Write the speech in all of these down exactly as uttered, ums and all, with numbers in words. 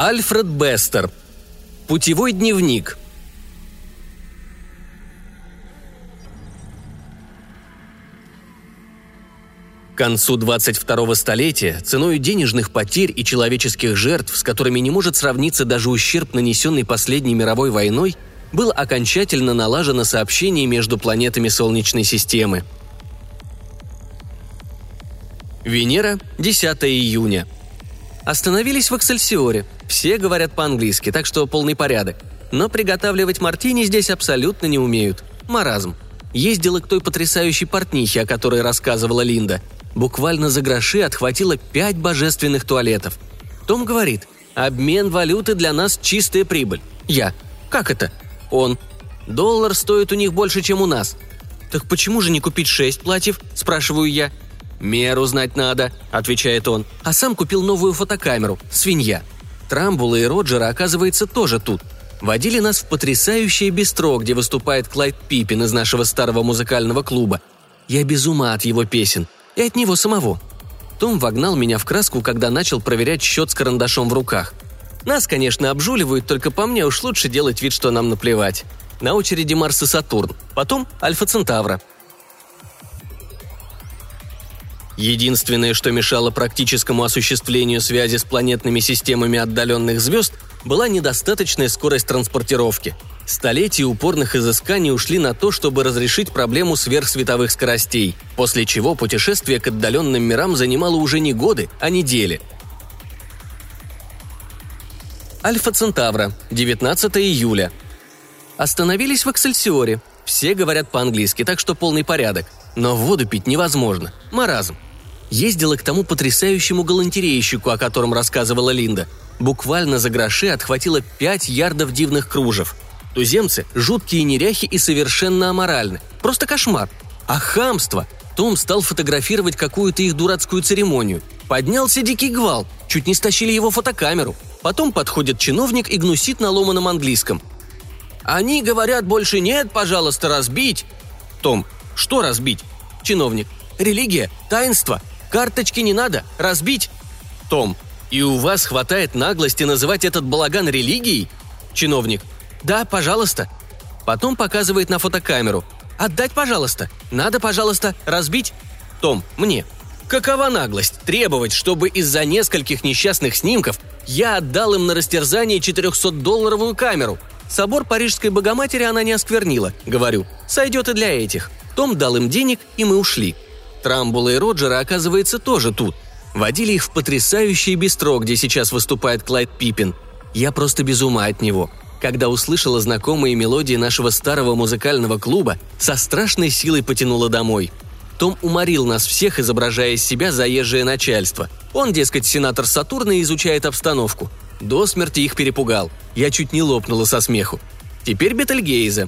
Альфред Бестер. Путевой дневник. К концу двадцать второго столетия ценой денежных потерь и человеческих жертв, с которыми не может сравниться даже ущерб, нанесенный последней мировой войной, было окончательно налажено сообщение между планетами Солнечной системы. Венера, десятого июня. Остановились в Эксельсиоре. Все говорят по-английски, так что полный порядок. Но приготавливать мартини здесь абсолютно не умеют. Маразм. Ездила к той потрясающей портнихе, о которой рассказывала Линда. Буквально за гроши отхватила пять божественных туалетов. Том говорит: «Обмен валюты для нас чистая прибыль». Я: «Как это?» Он: «Доллар стоит у них больше, чем у нас». «Так почему же не купить шесть платьев?» – спрашиваю я. «Меру знать надо», – отвечает он. А сам купил новую фотокамеру. Свинья. Трамбула и Роджера, оказывается, тоже тут. Водили нас в потрясающее бистро, где выступает Клайд Пиппин из нашего старого музыкального клуба. Я без ума от его песен. И от него самого. Том вогнал меня в краску, когда начал проверять счет с карандашом в руках. Нас, конечно, обжуливают, только по мне уж лучше делать вид, что нам наплевать. На очереди Марс и Сатурн, потом Альфа Центавра. Единственное, что мешало практическому осуществлению связи с планетными системами отдаленных звезд, была недостаточная скорость транспортировки. Столетия упорных изысканий ушли на то, чтобы разрешить проблему сверхсветовых скоростей, после чего путешествие к отдаленным мирам занимало уже не годы, а недели. Альфа Центавра, девятнадцатого июля. Остановились в Эксельсиоре. Все говорят по-английски, так что полный порядок. Но воду пить невозможно. Маразм. Ездила к тому потрясающему галантерейщику, о котором рассказывала Линда. Буквально за гроши отхватила пять ярдов дивных кружев. Туземцы – жуткие неряхи и совершенно аморальны. Просто кошмар. А хамство! Том стал фотографировать какую-то их дурацкую церемонию. Поднялся дикий гвалт. Чуть не стащили его фотокамеру. Потом подходит чиновник и гнусит на ломаном английском. «Они говорят, больше нет, пожалуйста, разбить». Том: «Что разбить?» Чиновник: «Религия, таинство. Карточки не надо. Разбить». Том: «И у вас хватает наглости называть этот балаган религией?» Чиновник: «Да, пожалуйста». Потом показывает на фотокамеру. «Отдать, пожалуйста. Надо, пожалуйста, разбить». Том: «Мне. Какова наглость требовать, чтобы из-за нескольких несчастных снимков я отдал им на растерзание четырехсотдолларовую камеру? Собор Парижской Богоматери она не осквернила, говорю. Сойдет и для этих». Том дал им денег, и мы ушли. Трамбула и Роджера, оказывается, тоже тут. Водили их в потрясающее бистро, где сейчас выступает Клайд Пиппин. Я просто без ума от него. Когда услышала знакомые мелодии нашего старого музыкального клуба, со страшной силой потянула домой. Том уморил нас всех, изображая из себя заезжее начальство. Он, дескать, сенатор Сатурна и изучает обстановку. До смерти их перепугал. Я чуть не лопнула со смеху. Теперь Бетельгейзе.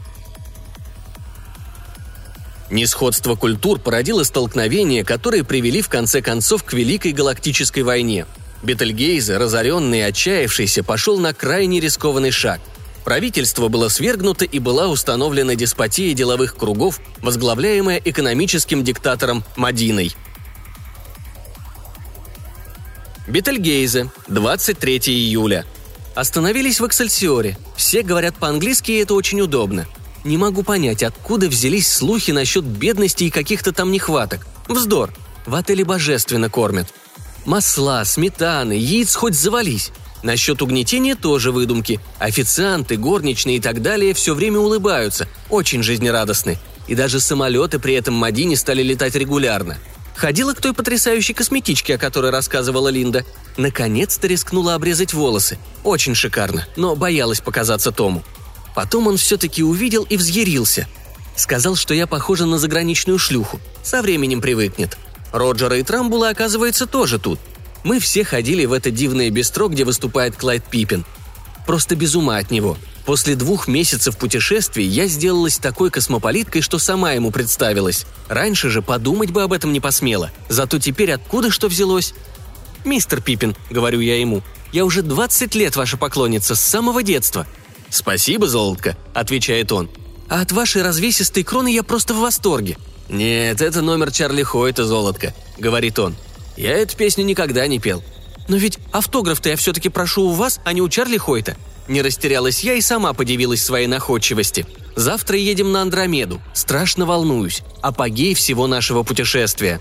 Несходство культур породило столкновения, которые привели в конце концов к Великой Галактической войне. Бетельгейзе, разоренный и отчаявшийся, пошел на крайне рискованный шаг. Правительство было свергнуто и была установлена деспотия деловых кругов, возглавляемая экономическим диктатором Мадиной. Бетельгейзе, двадцать третьего июля. Остановились в Эксельсиоре. Все говорят по-английски, и это очень удобно. Не могу понять, откуда взялись слухи насчет бедности и каких-то там нехваток. Вздор. В отеле божественно кормят. Масла, сметаны, яиц хоть завались. Насчет угнетения тоже выдумки. Официанты, горничные и так далее все время улыбаются, очень жизнерадостны. И даже самолеты при этом Мадине стали летать регулярно. Ходила к той потрясающей косметичке, о которой рассказывала Линда. Наконец-то рискнула обрезать волосы. Очень шикарно, но боялась показаться Тому. Потом он все-таки увидел и взъярился. Сказал, что я похожа на заграничную шлюху. Со временем привыкнет. Роджера и Трамбула, оказывается, тоже тут. Мы все ходили в это дивное бистро, где выступает Клайд Пиппин. Просто без ума от него. После двух месяцев путешествий я сделалась такой космополиткой, что сама ему представилась. Раньше же подумать бы об этом не посмела. Зато теперь откуда что взялось? «Мистер Пиппин», — говорю я ему, — «я уже двадцать лет ваша поклонница, с самого детства». «Спасибо, золотко», — отвечает он. «А от вашей развесистой кроны я просто в восторге». «Нет, это номер Чарли Хойта, золотко», — говорит он. «Я эту песню никогда не пел». «Но ведь автограф-то я все-таки прошу у вас, а не у Чарли Хойта». Не растерялась я и сама подивилась своей находчивости. «Завтра едем на Андромеду. Страшно волнуюсь. Апогей всего нашего путешествия».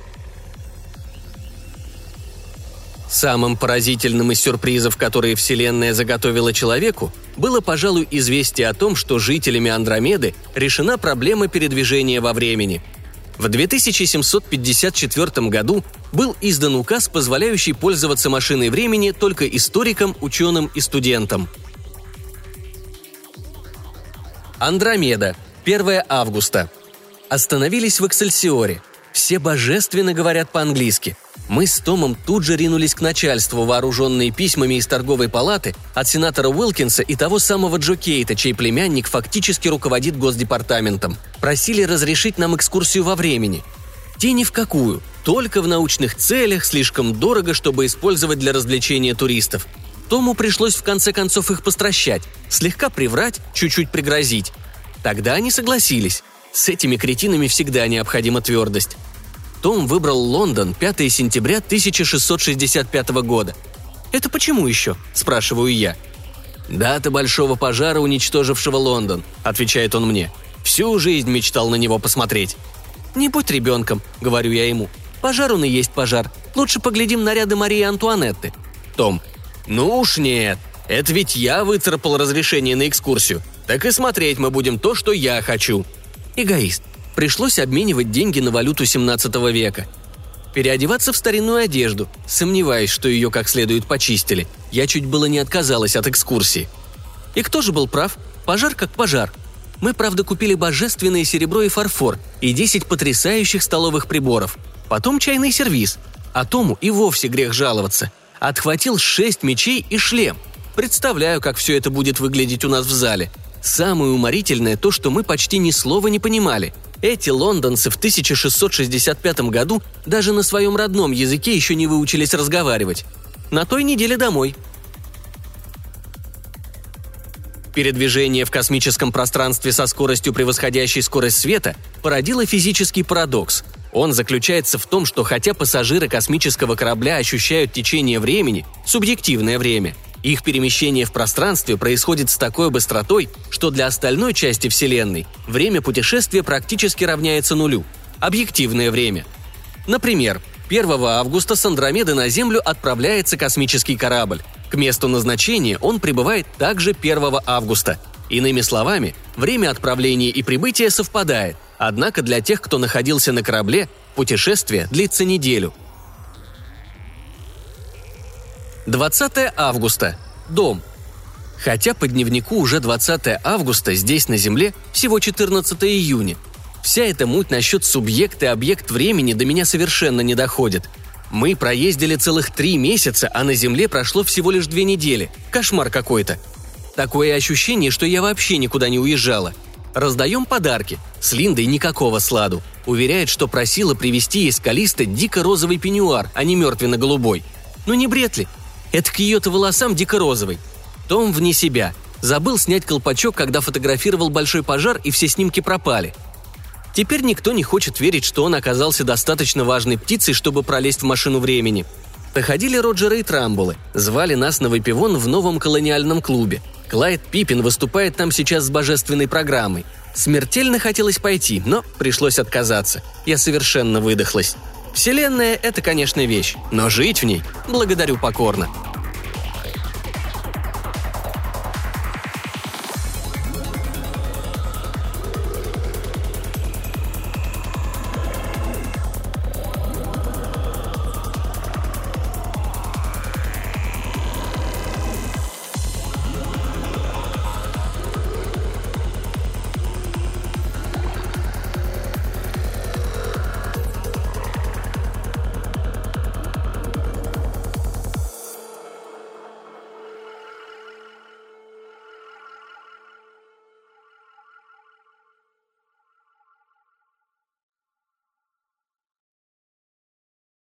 Самым поразительным из сюрпризов, которые Вселенная заготовила человеку, было, пожалуй, известие о том, что жителями Андромеды решена проблема передвижения во времени. В две тысячи семьсот пятьдесят четвёртом году был издан указ, позволяющий пользоваться машиной времени только историкам, ученым и студентам. Андромеда. первое августа. Остановились в Эксельсиоре. Все божественно говорят по-английски. Мы с Томом тут же ринулись к начальству, вооруженные письмами из торговой палаты от сенатора Уилкинса и того самого Джо Кейта, чей племянник фактически руководит Госдепартаментом. Просили разрешить нам экскурсию во времени. Те ни в какую, только в научных целях, слишком дорого, чтобы использовать для развлечения туристов. Тому пришлось в конце концов их постращать, слегка приврать, чуть-чуть пригрозить. Тогда они согласились. С этими кретинами всегда необходима твердость. Том выбрал Лондон, пятое сентября тысяча шестьсот шестьдесят пятого года. «Это почему еще?» – спрашиваю я. «Дата большого пожара, уничтожившего Лондон», – отвечает он мне. «Всю жизнь мечтал на него посмотреть». «Не будь ребенком», – говорю я ему. «Пожар он и есть пожар. Лучше поглядим наряды Марии Антуанетты». Том: «Ну уж нет. Это ведь я выцарапал разрешение на экскурсию. Так и смотреть мы будем то, что я хочу». Эгоист. Пришлось обменивать деньги на валюту семнадцатого века. Переодеваться в старинную одежду. Сомневаюсь, что ее как следует почистили. Я чуть было не отказалась от экскурсии. И кто же был прав? Пожар как пожар. Мы, правда, купили божественное серебро и фарфор и десять потрясающих столовых приборов. Потом чайный сервиз. А Тому и вовсе грех жаловаться. Отхватил шесть мечей и шлем. Представляю, как все это будет выглядеть у нас в зале. Самое уморительное то, что мы почти ни слова не понимали. Эти лондонцы в тысяча шестьсот шестьдесят пятом году даже на своем родном языке еще не выучились разговаривать. На той неделе домой. Передвижение в космическом пространстве со скоростью, превосходящей скорость света, породило физический парадокс. Он заключается в том, что хотя пассажиры космического корабля ощущают течение времени, субъективное время, их перемещение в пространстве происходит с такой быстротой, что для остальной части Вселенной время путешествия практически равняется нулю – объективное время. Например, первого августа с Андромеды на Землю отправляется космический корабль. К месту назначения он прибывает также первого августа. Иными словами, время отправления и прибытия совпадает, однако для тех, кто находился на корабле, путешествие длится неделю. двадцатого августа. Дом. Хотя по дневнику уже двадцатого августа, здесь на Земле всего четырнадцатого июня. Вся эта муть насчет субъект и объект времени до меня совершенно не доходит. Мы проездили целых три месяца, а на Земле прошло всего лишь две недели. Кошмар какой-то. Такое ощущение, что я вообще никуда не уезжала. Раздаем подарки. С Линдой никакого сладу. Уверяет, что просила привезти из Каллисто дико-розовый пеньюар, а не мертвенно-голубой. Ну не бред ли? Это к ее-то волосам дико-розовый. Том вне себя. Забыл снять колпачок, когда фотографировал большой пожар, и все снимки пропали. Теперь никто не хочет верить, что он оказался достаточно важной птицей, чтобы пролезть в машину времени. Доходили Роджеры и Трамбулы. Звали нас на выпивон в новом колониальном клубе. Клайд Пиппин выступает там сейчас с божественной программой. Смертельно хотелось пойти, но пришлось отказаться. Я совершенно выдохлась. Вселенная – это, конечно, вещь, но жить в ней благодарю покорно.